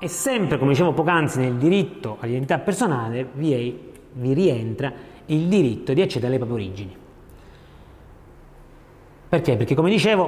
E sempre, come dicevo poc'anzi, nel diritto all'identità personale vi rientra il diritto di accedere alle proprie origini. Perché? Perché, come dicevo,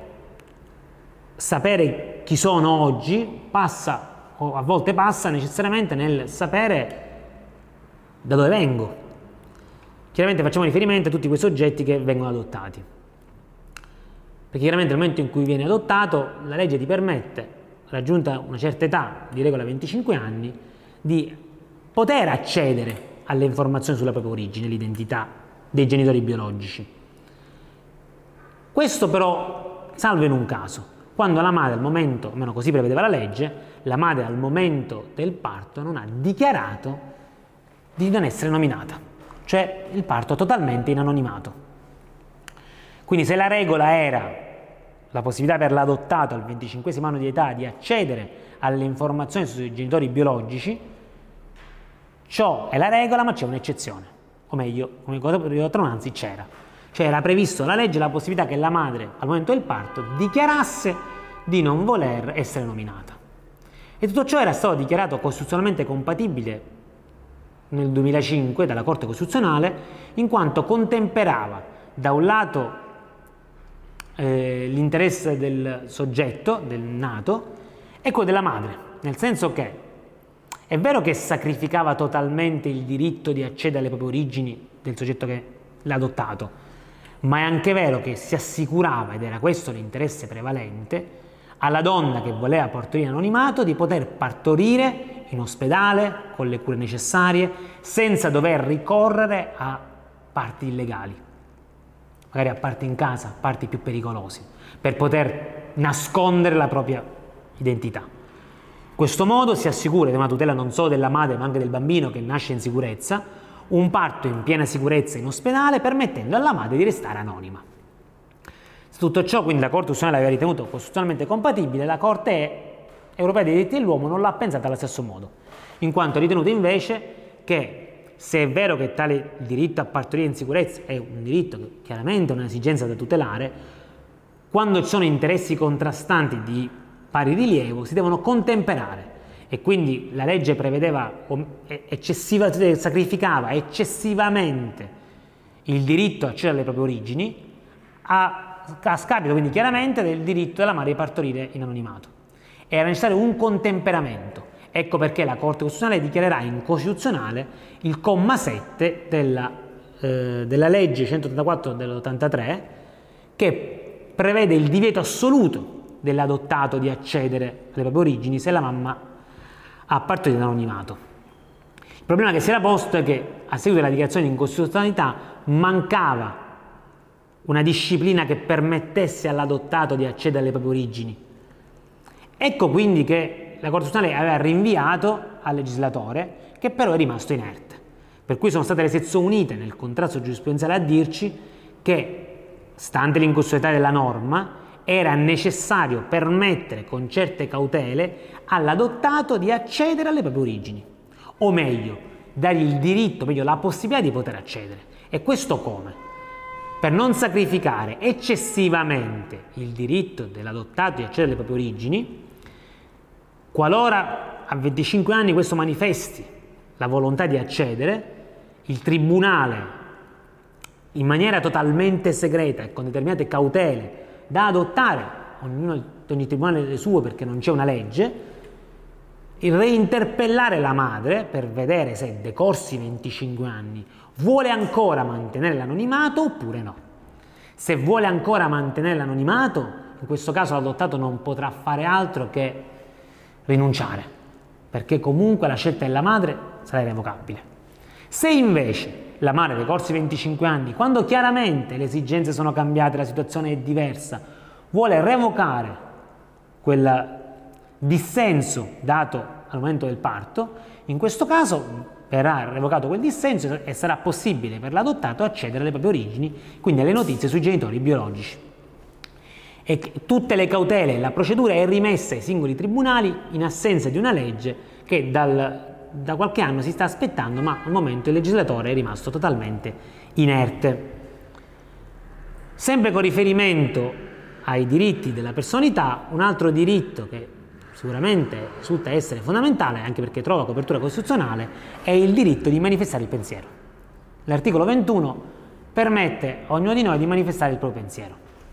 sapere chi sono oggi passa, o a volte passa necessariamente nel sapere da dove vengo. Chiaramente facciamo riferimento a tutti quei soggetti che vengono adottati. Perché chiaramente nel momento in cui viene adottato, la legge ti permette, raggiunta una certa età, di regola 25 anni, di poter accedere alle informazioni sulla propria origine, l'identità dei genitori biologici. Questo però salvo in un caso, quando la madre al momento, almeno così prevedeva la legge, la madre al momento del parto non ha dichiarato di non essere nominata, cioè il parto totalmente in anonimato. Quindi se la regola era la possibilità per l'adottato al 25° anno di età di accedere alle informazioni sui genitori biologici, ciò è la regola, ma c'è un'eccezione, o meglio, come cosa per anzi c'era. Cioè era previsto dalla legge la possibilità che la madre al momento del parto dichiarasse di non voler essere nominata. E tutto ciò era stato dichiarato costituzionalmente compatibile nel 2005 dalla Corte Costituzionale, in quanto contemperava da un lato l'interesse del soggetto, del nato, e quello della madre, nel senso che è vero che sacrificava totalmente il diritto di accedere alle proprie origini del soggetto che l'ha adottato, ma è anche vero che si assicurava, ed era questo l'interesse prevalente, alla donna che voleva partorire in anonimato di poter partorire in ospedale, con le cure necessarie, senza dover ricorrere a parti illegali, magari a parti in casa, parti più pericolosi, per poter nascondere la propria identità. In questo modo si assicura una tutela non solo della madre ma anche del bambino che nasce in sicurezza, un parto in piena sicurezza in ospedale, permettendo alla madre di restare anonima. Se tutto ciò quindi la Corte Costituzionale aveva ritenuto costituzionalmente compatibile, la Corte Europea dei diritti dell'uomo non l'ha pensata allo stesso modo, in quanto ha ritenuto invece che se è vero che tale diritto a partorire in sicurezza è un diritto che chiaramente è un'esigenza da tutelare, quando ci sono interessi contrastanti di pari rilievo si devono contemperare, e quindi la legge prevedeva sacrificava eccessivamente il diritto a accedere alle proprie origini a scapito quindi chiaramente del diritto della madre di partorire in anonimato. Era necessario un contemperamento. Ecco perché la Corte Costituzionale dichiarerà incostituzionale il comma 7 della legge 184 dell'83, che prevede il divieto assoluto dell'adottato di accedere alle proprie origini se la mamma ha partorito in anonimato. Il problema che si era posto è che a seguito della dichiarazione di incostituzionalità mancava una disciplina che permettesse all'adottato di accedere alle proprie origini. Ecco quindi che la Corte Costituzionale aveva rinviato al legislatore, che però è rimasto inerte. Per cui sono state le sezioni unite nel contrasto giurisprudenziale a dirci che, stante l'incostituzionalità della norma, era necessario permettere con certe cautele all'adottato di accedere alle proprie origini, o meglio, dargli il diritto, meglio la possibilità di poter accedere. E questo come? Per non sacrificare eccessivamente il diritto dell'adottato di accedere alle proprie origini, qualora a 25 anni questo manifesti la volontà di accedere, il tribunale, in maniera totalmente segreta e con determinate cautele da adottare, ogni tribunale le sue perché non c'è una legge, il reinterpellare la madre per vedere se decorsi 25 anni vuole ancora mantenere l'anonimato oppure no. Se vuole ancora mantenere l'anonimato, in questo caso l'adottato non potrà fare altro che rinunciare, perché comunque la scelta della madre sarà irrevocabile. Se invece la madre decorsi 25 anni, quando chiaramente le esigenze sono cambiate, la situazione è diversa, vuole revocare quel dissenso dato al momento del parto, in questo caso verrà revocato quel dissenso e sarà possibile per l'adottato accedere alle proprie origini, quindi alle notizie sui genitori biologici. E tutte le cautele e la procedura è rimessa ai singoli tribunali in assenza di una legge che da qualche anno si sta aspettando, ma al momento il legislatore è rimasto totalmente inerte. Sempre con riferimento ai diritti della personalità, un altro diritto sicuramente risulta essere fondamentale, anche perché trova copertura costituzionale, è il diritto di manifestare il pensiero. L'articolo 21 permette a ognuno di noi di manifestare il proprio pensiero.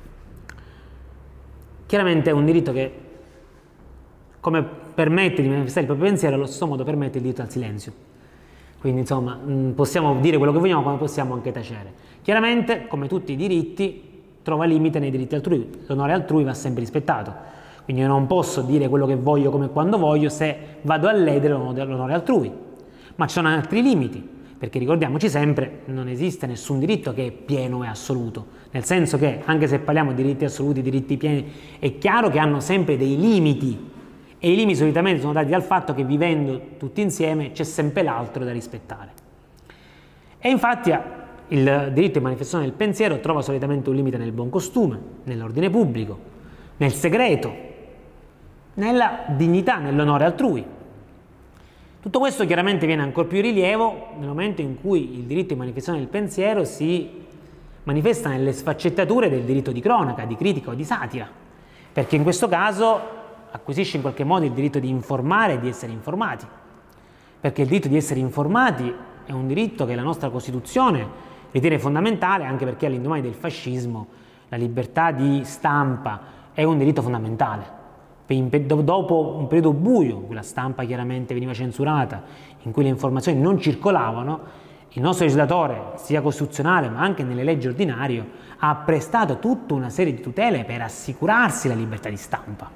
Chiaramente è un diritto che, come permette di manifestare il proprio pensiero, allo stesso modo permette il diritto al silenzio. Quindi insomma possiamo dire quello che vogliamo, come possiamo anche tacere. Chiaramente, come tutti i diritti, trova limite nei diritti altrui. L'onore altrui va sempre rispettato. Quindi io non posso dire quello che voglio come quando voglio se vado a ledere l'onore altrui. Ma ci sono altri limiti, perché ricordiamoci sempre, non esiste nessun diritto che è pieno e assoluto. Nel senso che, anche se parliamo di diritti assoluti, diritti pieni, è chiaro che hanno sempre dei limiti. E i limiti solitamente sono dati dal fatto che vivendo tutti insieme c'è sempre l'altro da rispettare. E infatti il diritto di manifestazione del pensiero trova solitamente un limite nel buon costume, nell'ordine pubblico, nel segreto, nella dignità, nell'onore altrui. Tutto questo chiaramente viene ancora più in rilievo nel momento in cui il diritto di manifestazione del pensiero si manifesta nelle sfaccettature del diritto di cronaca, di critica o di satira, perché in questo caso acquisisce in qualche modo il diritto di informare e di essere informati, perché il diritto di essere informati è un diritto che la nostra Costituzione ritiene fondamentale, anche perché all'indomani del fascismo la libertà di stampa è un diritto fondamentale. Dopo un periodo buio, in cui la stampa chiaramente veniva censurata, in cui le informazioni non circolavano, il nostro legislatore, sia costituzionale ma anche nelle leggi ordinarie, ha prestato tutta una serie di tutele per assicurarsi la libertà di stampa.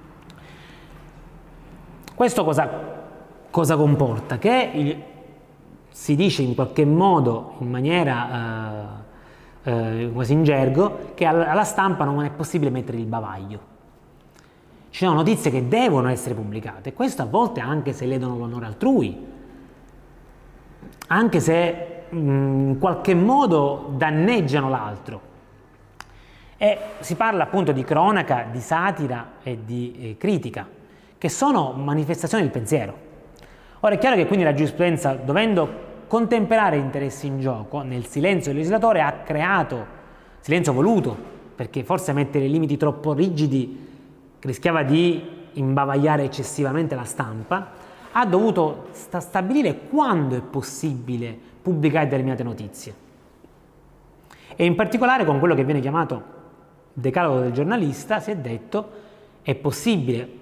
Questo cosa comporta? Che si dice in qualche modo, in maniera quasi in gergo, che alla stampa non è possibile mettere il bavaglio. Ci sono notizie che devono essere pubblicate, e questo a volte anche se ledono l'onore altrui, anche se in qualche modo danneggiano l'altro. E si parla appunto di cronaca, di satira e di critica, che sono manifestazioni del pensiero. Ora è chiaro che quindi la giurisprudenza, dovendo contemperare interessi in gioco, nel silenzio del legislatore ha creato, silenzio voluto, perché forse mettere limiti troppo rigidi rischiava di imbavagliare eccessivamente la stampa, ha dovuto stabilire quando è possibile pubblicare determinate notizie. E in particolare con quello che viene chiamato decalogo del giornalista si è detto è possibile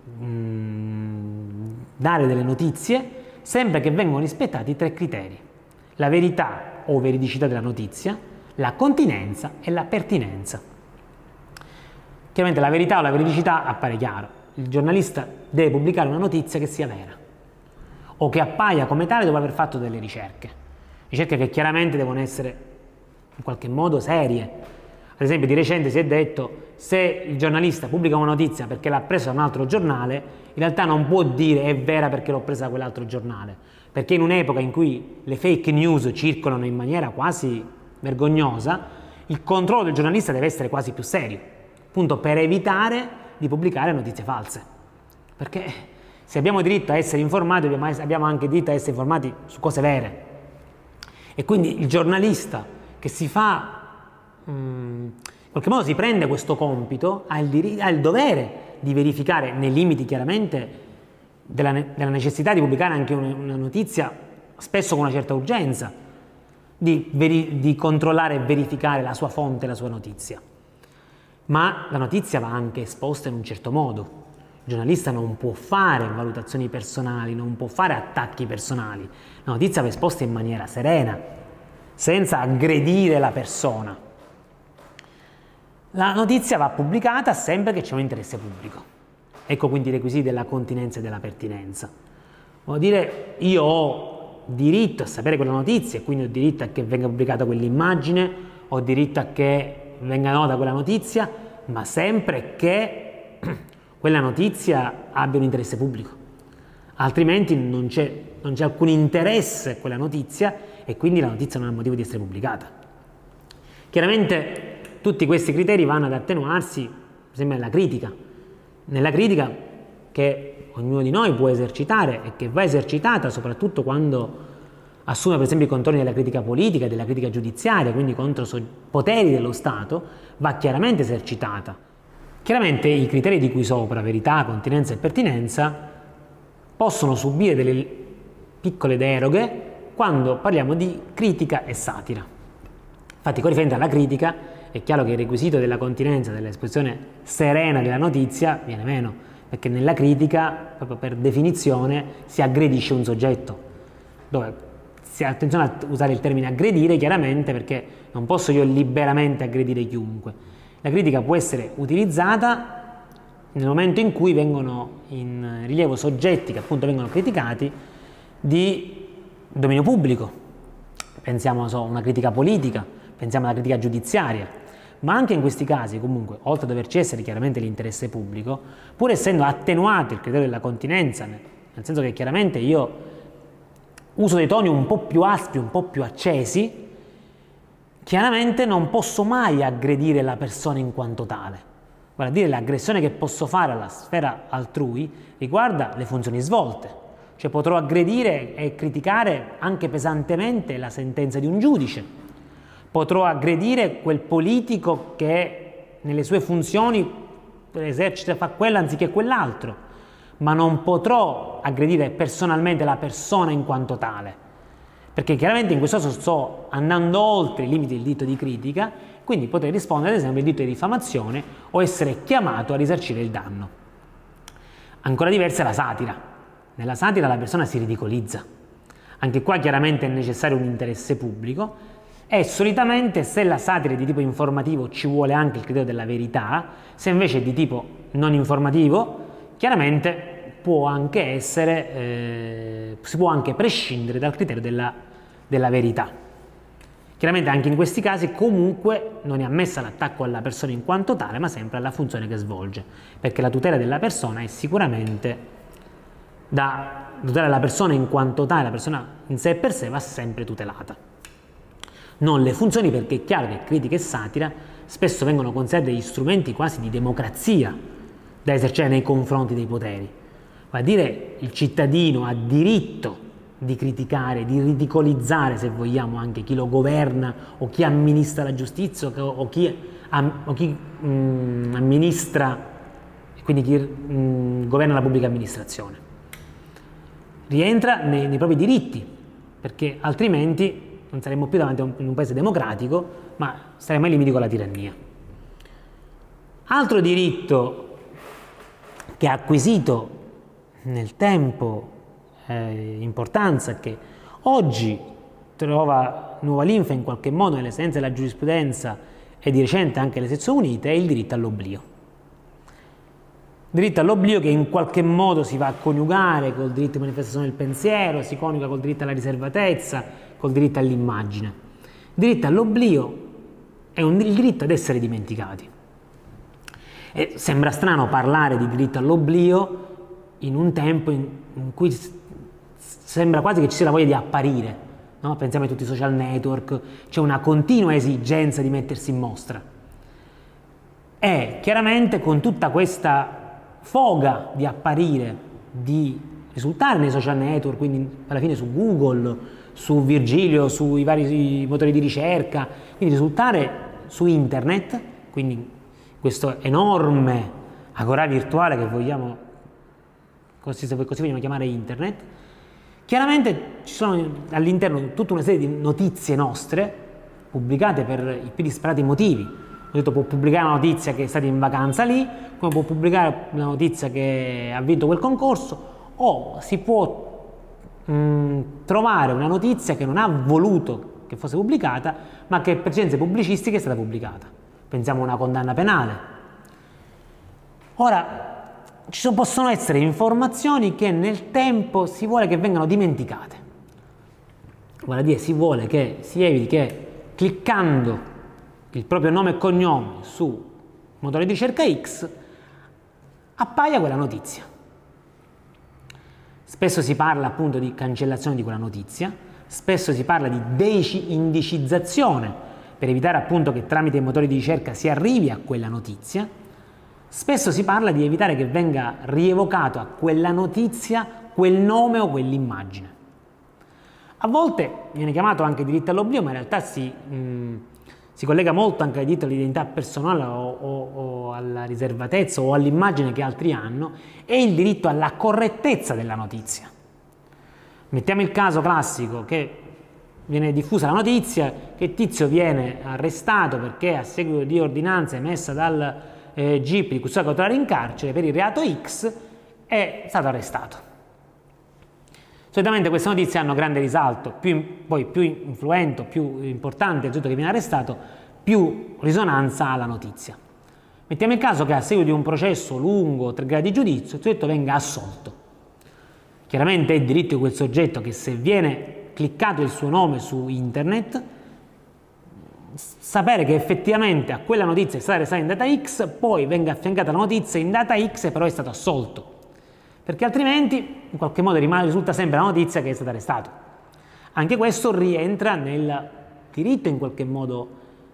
dare delle notizie sempre che vengano rispettati 3 criteri: la verità o veridicità della notizia, la continenza e la pertinenza. Chiaramente la verità o la veridicità appare chiaro: il giornalista deve pubblicare una notizia che sia vera o che appaia come tale dopo aver fatto delle ricerche che chiaramente devono essere in qualche modo serie. Ad esempio, di recente si è detto: se il giornalista pubblica una notizia perché l'ha presa da un altro giornale, in realtà non può dire è vera perché l'ho presa da quell'altro giornale, perché in un'epoca in cui le fake news circolano in maniera quasi vergognosa, il controllo del giornalista deve essere quasi più serio, appunto per evitare di pubblicare notizie false. Perché se abbiamo diritto a essere informati, abbiamo anche diritto a essere informati su cose vere. E quindi il giornalista che si fa in qualche modo si prende questo compito, ha il dovere di verificare, nei limiti chiaramente della necessità di pubblicare anche una notizia, spesso con una certa urgenza, di controllare e verificare la sua fonte, la sua notizia. Ma la notizia va anche esposta in un certo modo. Il giornalista non può fare valutazioni personali, non può fare attacchi personali. La notizia va esposta in maniera serena, senza aggredire la persona. La notizia va pubblicata sempre che c'è un interesse pubblico. Ecco quindi i requisiti della continenza e della pertinenza. Vuol dire, io ho diritto a sapere quella notizia e quindi ho diritto a che venga pubblicata quell'immagine, ho diritto a che venga nota quella notizia, ma sempre che quella notizia abbia un interesse pubblico. Altrimenti non c'è alcun interesse a quella notizia e quindi la notizia non ha motivo di essere pubblicata. Chiaramente tutti questi criteri vanno ad attenuarsi, per esempio, nella critica che ognuno di noi può esercitare e che va esercitata soprattutto quando assume per esempio i contorni della critica politica, della critica giudiziaria, quindi contro poteri dello Stato, va chiaramente esercitata. Chiaramente i criteri di cui sopra, verità, continenza e pertinenza, possono subire delle piccole deroghe quando parliamo di critica e satira. Infatti, con riferimento alla critica, è chiaro che il requisito della continenza, dell'esposizione serena della notizia, viene meno, perché nella critica, proprio per definizione, si aggredisce un soggetto, dove attenzione a usare il termine aggredire, chiaramente, perché non posso io liberamente aggredire chiunque. La critica può essere utilizzata nel momento in cui vengono in rilievo soggetti che appunto vengono criticati di dominio pubblico. Pensiamo a una critica politica, pensiamo alla critica giudiziaria, ma anche in questi casi comunque, oltre ad doverci essere chiaramente l'interesse pubblico, pur essendo attenuato il criterio della continenza, nel senso che chiaramente io uso dei toni un po' più aspri, un po' più accesi, chiaramente non posso mai aggredire la persona in quanto tale. Vale a dire, l'aggressione che posso fare alla sfera altrui riguarda le funzioni svolte, cioè potrò aggredire e criticare anche pesantemente la sentenza di un giudice, potrò aggredire quel politico che nelle sue funzioni esercita, fa quello anziché quell'altro, ma non potrò aggredire personalmente la persona in quanto tale, perché chiaramente in questo caso sto andando oltre i limiti del diritto di critica, quindi potrei rispondere ad esempio al diritto di diffamazione o essere chiamato a risarcire il danno. Ancora diversa è la satira. Nella satira la persona si ridicolizza. Anche qua chiaramente è necessario un interesse pubblico e solitamente, se la satira è di tipo informativo, ci vuole anche il criterio della verità. Se invece è di tipo non informativo, chiaramente può anche essere, si può anche prescindere dal criterio della verità. Chiaramente anche in questi casi comunque non è ammessa l'attacco alla persona in quanto tale, ma sempre alla funzione che svolge, perché la tutela della persona è sicuramente da tutelare la persona in quanto tale, la persona in sé per sé va sempre tutelata. Non le funzioni, perché è chiaro che critica e satira spesso vengono considerati degli strumenti quasi di democrazia da esercitare nei confronti dei poteri. Va a dire, il cittadino ha diritto di criticare, di ridicolizzare, se vogliamo, anche chi lo governa o chi amministra la giustizia o chi amministra, quindi chi governa la pubblica amministrazione. Rientra nei propri diritti, perché altrimenti non saremmo più davanti a un paese democratico, ma saremmo ai limiti con la tirannia. Altro diritto che ha acquisito nel tempo importanza, che oggi trova nuova linfa in qualche modo nelle sentenze della giurisprudenza e di recente anche le sezioni unite, è il diritto all'oblio. Diritto all'oblio che in qualche modo si va a coniugare col diritto di manifestazione del pensiero, si coniuga col diritto alla riservatezza, col diritto all'immagine. Il diritto all'oblio è il diritto ad essere dimenticati. E sembra strano parlare di diritto all'oblio in un tempo in cui sembra quasi che ci sia la voglia di apparire, no? Pensiamo a tutti i social network, c'è una continua esigenza di mettersi in mostra. E chiaramente con tutta questa foga di apparire, di risultare nei social network, quindi alla fine su Google, su Virgilio, sui vari motori di ricerca, quindi risultare su internet, quindi questo enorme agorà virtuale che vogliamo, così vogliamo chiamare internet, chiaramente ci sono all'interno tutta una serie di notizie nostre pubblicate per i più disparati motivi. Ho detto, può pubblicare una notizia che è stata in vacanza lì, come può pubblicare una notizia che ha vinto quel concorso, o si può trovare una notizia che non ha voluto che fosse pubblicata, ma che per esigenze pubblicistiche è stata pubblicata. Pensiamo a una condanna penale. Ora, possono essere informazioni che nel tempo si vuole che vengano dimenticate. Vale a dire, si vuole che si eviti che cliccando il proprio nome e cognome su motore di ricerca X appaia quella notizia. Spesso si parla appunto di cancellazione di quella notizia, spesso si parla di deindicizzazione per evitare appunto che tramite i motori di ricerca si arrivi a quella notizia, spesso si parla di evitare che venga rievocato a quella notizia quel nome o quell'immagine. A volte viene chiamato anche diritto all'oblio, ma in realtà si si collega molto anche al diritto all'identità personale o alla riservatezza o all'immagine che altri hanno, è il diritto alla correttezza della notizia. Mettiamo il caso classico che viene diffusa la notizia che Tizio viene arrestato perché a seguito di ordinanza emessa dal GIP di custodia cautelare in carcere per il reato X è stato arrestato. Solitamente queste notizie hanno grande risalto, poi più influente, più importante il soggetto che viene arrestato, più risonanza ha la notizia. Mettiamo il caso che a seguito di un processo lungo, 3 gradi di giudizio, il soggetto venga assolto. Chiaramente è il diritto di quel soggetto che se viene cliccato il suo nome su internet, sapere che effettivamente a quella notizia è stata arrestata in data X, poi venga affiancata la notizia in data X però è stato assolto, perché altrimenti in qualche modo risulta sempre la notizia che è stato arrestato. Anche questo rientra nel diritto in qualche modo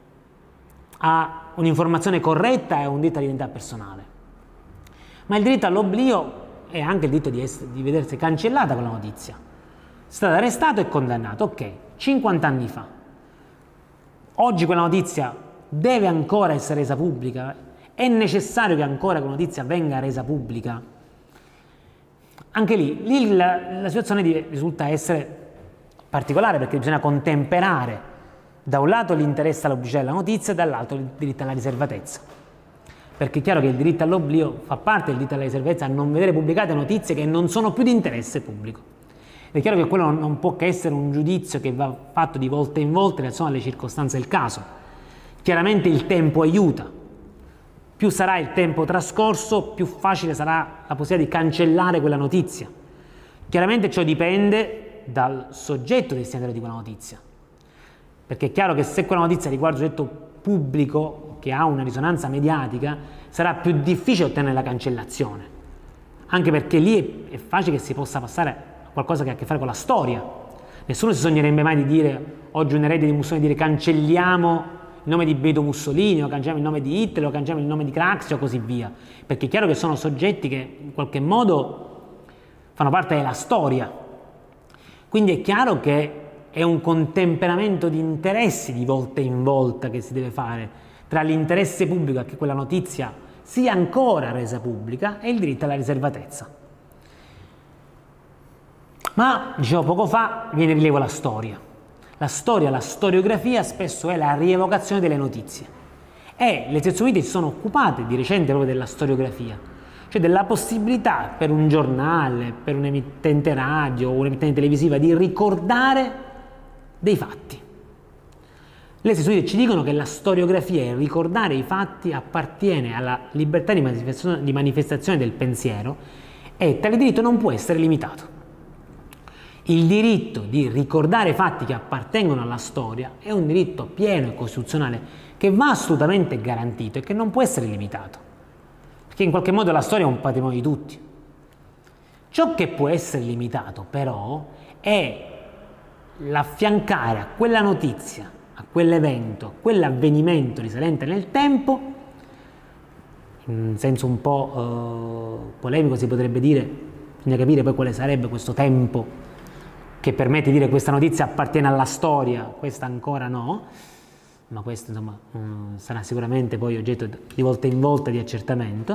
a un'informazione corretta e a un diritto all'identità personale. Ma il diritto all'oblio è anche il diritto di vedersi cancellata quella notizia. È stato arrestato e condannato, ok, 50 anni fa. Oggi quella notizia deve ancora essere resa pubblica? È necessario che ancora quella notizia venga resa pubblica? Anche lì la situazione risulta essere particolare perché bisogna contemperare da un lato l'interesse all'ubblicità della notizia e dall'altro il diritto alla riservatezza. Perché è chiaro che il diritto all'oblio fa parte del diritto alla riservatezza a non vedere pubblicate notizie che non sono più di interesse pubblico. È chiaro che quello non può che essere un giudizio che va fatto di volta in volta in relazione alle circostanze del caso. Chiaramente il tempo aiuta. Più sarà il tempo trascorso, più facile sarà la possibilità di cancellare quella notizia. Chiaramente ciò dipende dal soggetto destinatario di quella notizia. Perché è chiaro che se quella notizia riguarda un soggetto pubblico che ha una risonanza mediatica, sarà più difficile ottenere la cancellazione. Anche perché lì è facile che si possa passare qualcosa che ha a che fare con la storia. Nessuno si sognerebbe mai di dire, oggi un erede di Mussolini, di dire cancelliamo il nome di Benito Mussolini, o cancelliamo il nome di Hitler, o cancelliamo il nome di Craxi, o così via. Perché è chiaro che sono soggetti che in qualche modo fanno parte della storia. Quindi è chiaro che è un contemperamento di interessi di volta in volta che si deve fare tra l'interesse pubblico a che quella notizia sia ancora resa pubblica e il diritto alla riservatezza. Ma, dicevo poco fa, viene in rilievo la storia. La storia, la storiografia spesso è la rievocazione delle notizie. E le sezioni unite si sono occupate di recente proprio della storiografia, cioè della possibilità per un giornale, per un'emittente radio o un'emittente televisiva di ricordare dei fatti. Le sezioni unite ci dicono che la storiografia e ricordare i fatti appartiene alla libertà di manifestazione del pensiero e tale diritto non può essere limitato. Il diritto di ricordare fatti che appartengono alla storia è un diritto pieno e costituzionale che va assolutamente garantito e che non può essere limitato, perché in qualche modo la storia è un patrimonio di tutti. Ciò che può essere limitato però è l'affiancare a quella notizia, a quell'evento, a quell'avvenimento risalente nel tempo, in senso un po' polemico si potrebbe dire, bisogna capire poi quale sarebbe questo tempo che permette di dire questa notizia appartiene alla storia, questa ancora no, ma questo insomma sarà sicuramente poi oggetto di volta in volta di accertamento.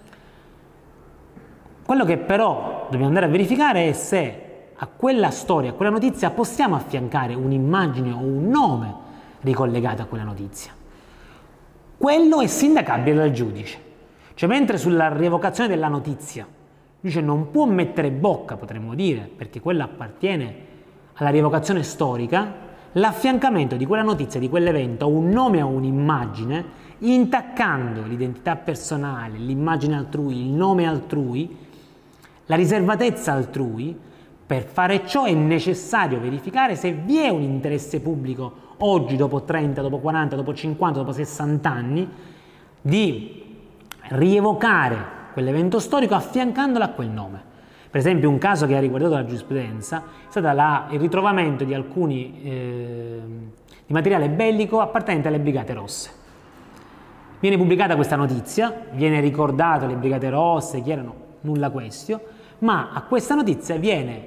Quello che però dobbiamo andare a verificare è se a quella storia, a quella notizia possiamo affiancare un'immagine o un nome ricollegato a quella notizia. Quello è sindacabile dal giudice, cioè mentre sulla rievocazione della notizia il giudice non può mettere bocca, potremmo dire, perché quella appartiene alla rievocazione storica, l'affiancamento di quella notizia, di quell'evento, a un nome o a un'immagine, intaccando l'identità personale, l'immagine altrui, il nome altrui, la riservatezza altrui, per fare ciò è necessario verificare se vi è un interesse pubblico oggi, dopo 30, dopo 40, dopo 50, dopo 60 anni, di rievocare quell'evento storico affiancandolo a quel nome. Per esempio un caso che ha riguardato la giurisprudenza è stato il ritrovamento di di materiale bellico appartenente alle Brigate Rosse. Viene pubblicata questa notizia, viene ricordato le Brigate Rosse, chi erano, nulla questio, ma a questa notizia viene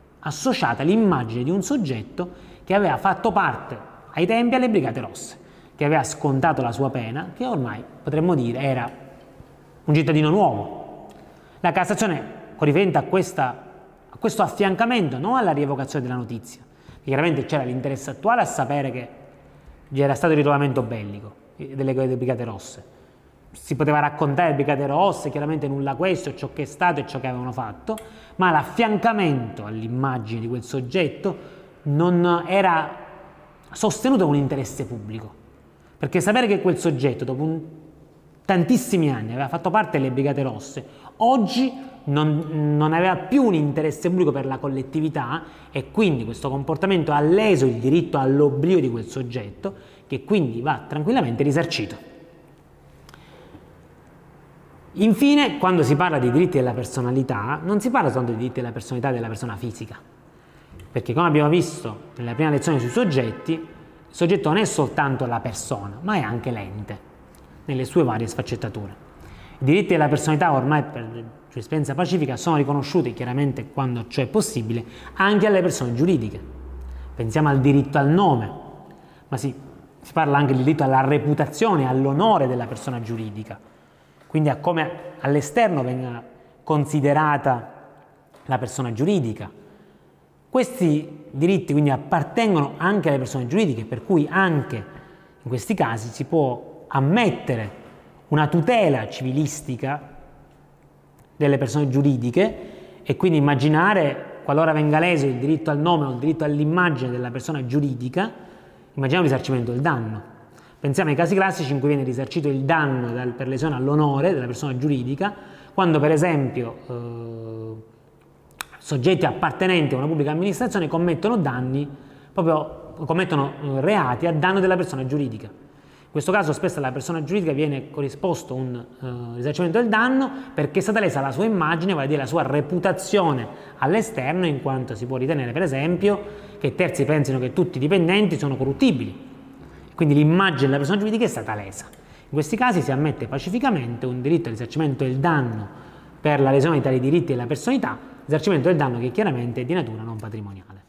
associata l'immagine di un soggetto che aveva fatto parte ai tempi alle Brigate Rosse. che aveva scontato la sua pena, che ormai potremmo dire era un cittadino nuovo. La Cassazione, con riferimento a questo affiancamento, non alla rievocazione della notizia, chiaramente c'era l'interesse attuale a sapere che c'era stato il ritrovamento bellico delle Brigate Rosse. Si poteva raccontare le Brigate Rosse, chiaramente nulla questo, ciò che è stato e ciò che avevano fatto, ma l'affiancamento all'immagine di quel soggetto non era sostenuto con interesse pubblico, perché sapere che quel soggetto dopo tantissimi anni aveva fatto parte delle Brigate Rosse, oggi non aveva più un interesse pubblico per la collettività e quindi questo comportamento ha leso il diritto all'oblio di quel soggetto, che quindi va tranquillamente risarcito. Infine, quando si parla di diritti della personalità, non si parla soltanto di diritti della personalità della persona fisica, perché come abbiamo visto nella prima lezione sui soggetti, il soggetto non è soltanto la persona, ma è anche l'ente, nelle sue varie sfaccettature. I diritti della personalità ormai per giurisprudenza pacifica sono riconosciuti, chiaramente quando ciò è possibile, anche alle persone giuridiche. Pensiamo al diritto al nome, ma si parla anche del diritto alla reputazione, all'onore della persona giuridica, quindi a come all'esterno venga considerata la persona giuridica. Questi diritti quindi appartengono anche alle persone giuridiche, per cui anche in questi casi si può ammettere una tutela civilistica delle persone giuridiche e quindi immaginare, qualora venga leso il diritto al nome o il diritto all'immagine della persona giuridica, immaginiamo il risarcimento del danno. Pensiamo ai casi classici in cui viene risarcito il danno per lesione all'onore della persona giuridica, quando per esempio soggetti appartenenti a una pubblica amministrazione commettono reati a danno della persona giuridica. In questo caso spesso alla persona giuridica viene corrisposto un risarcimento del danno perché è stata lesa la sua immagine, vale a dire la sua reputazione all'esterno, in quanto si può ritenere per esempio che terzi pensino che tutti i dipendenti sono corruttibili. Quindi l'immagine della persona giuridica è stata lesa. In questi casi si ammette pacificamente un diritto al risarcimento del danno per la lesione di tali diritti della personalità, risarcimento del danno che chiaramente è di natura non patrimoniale.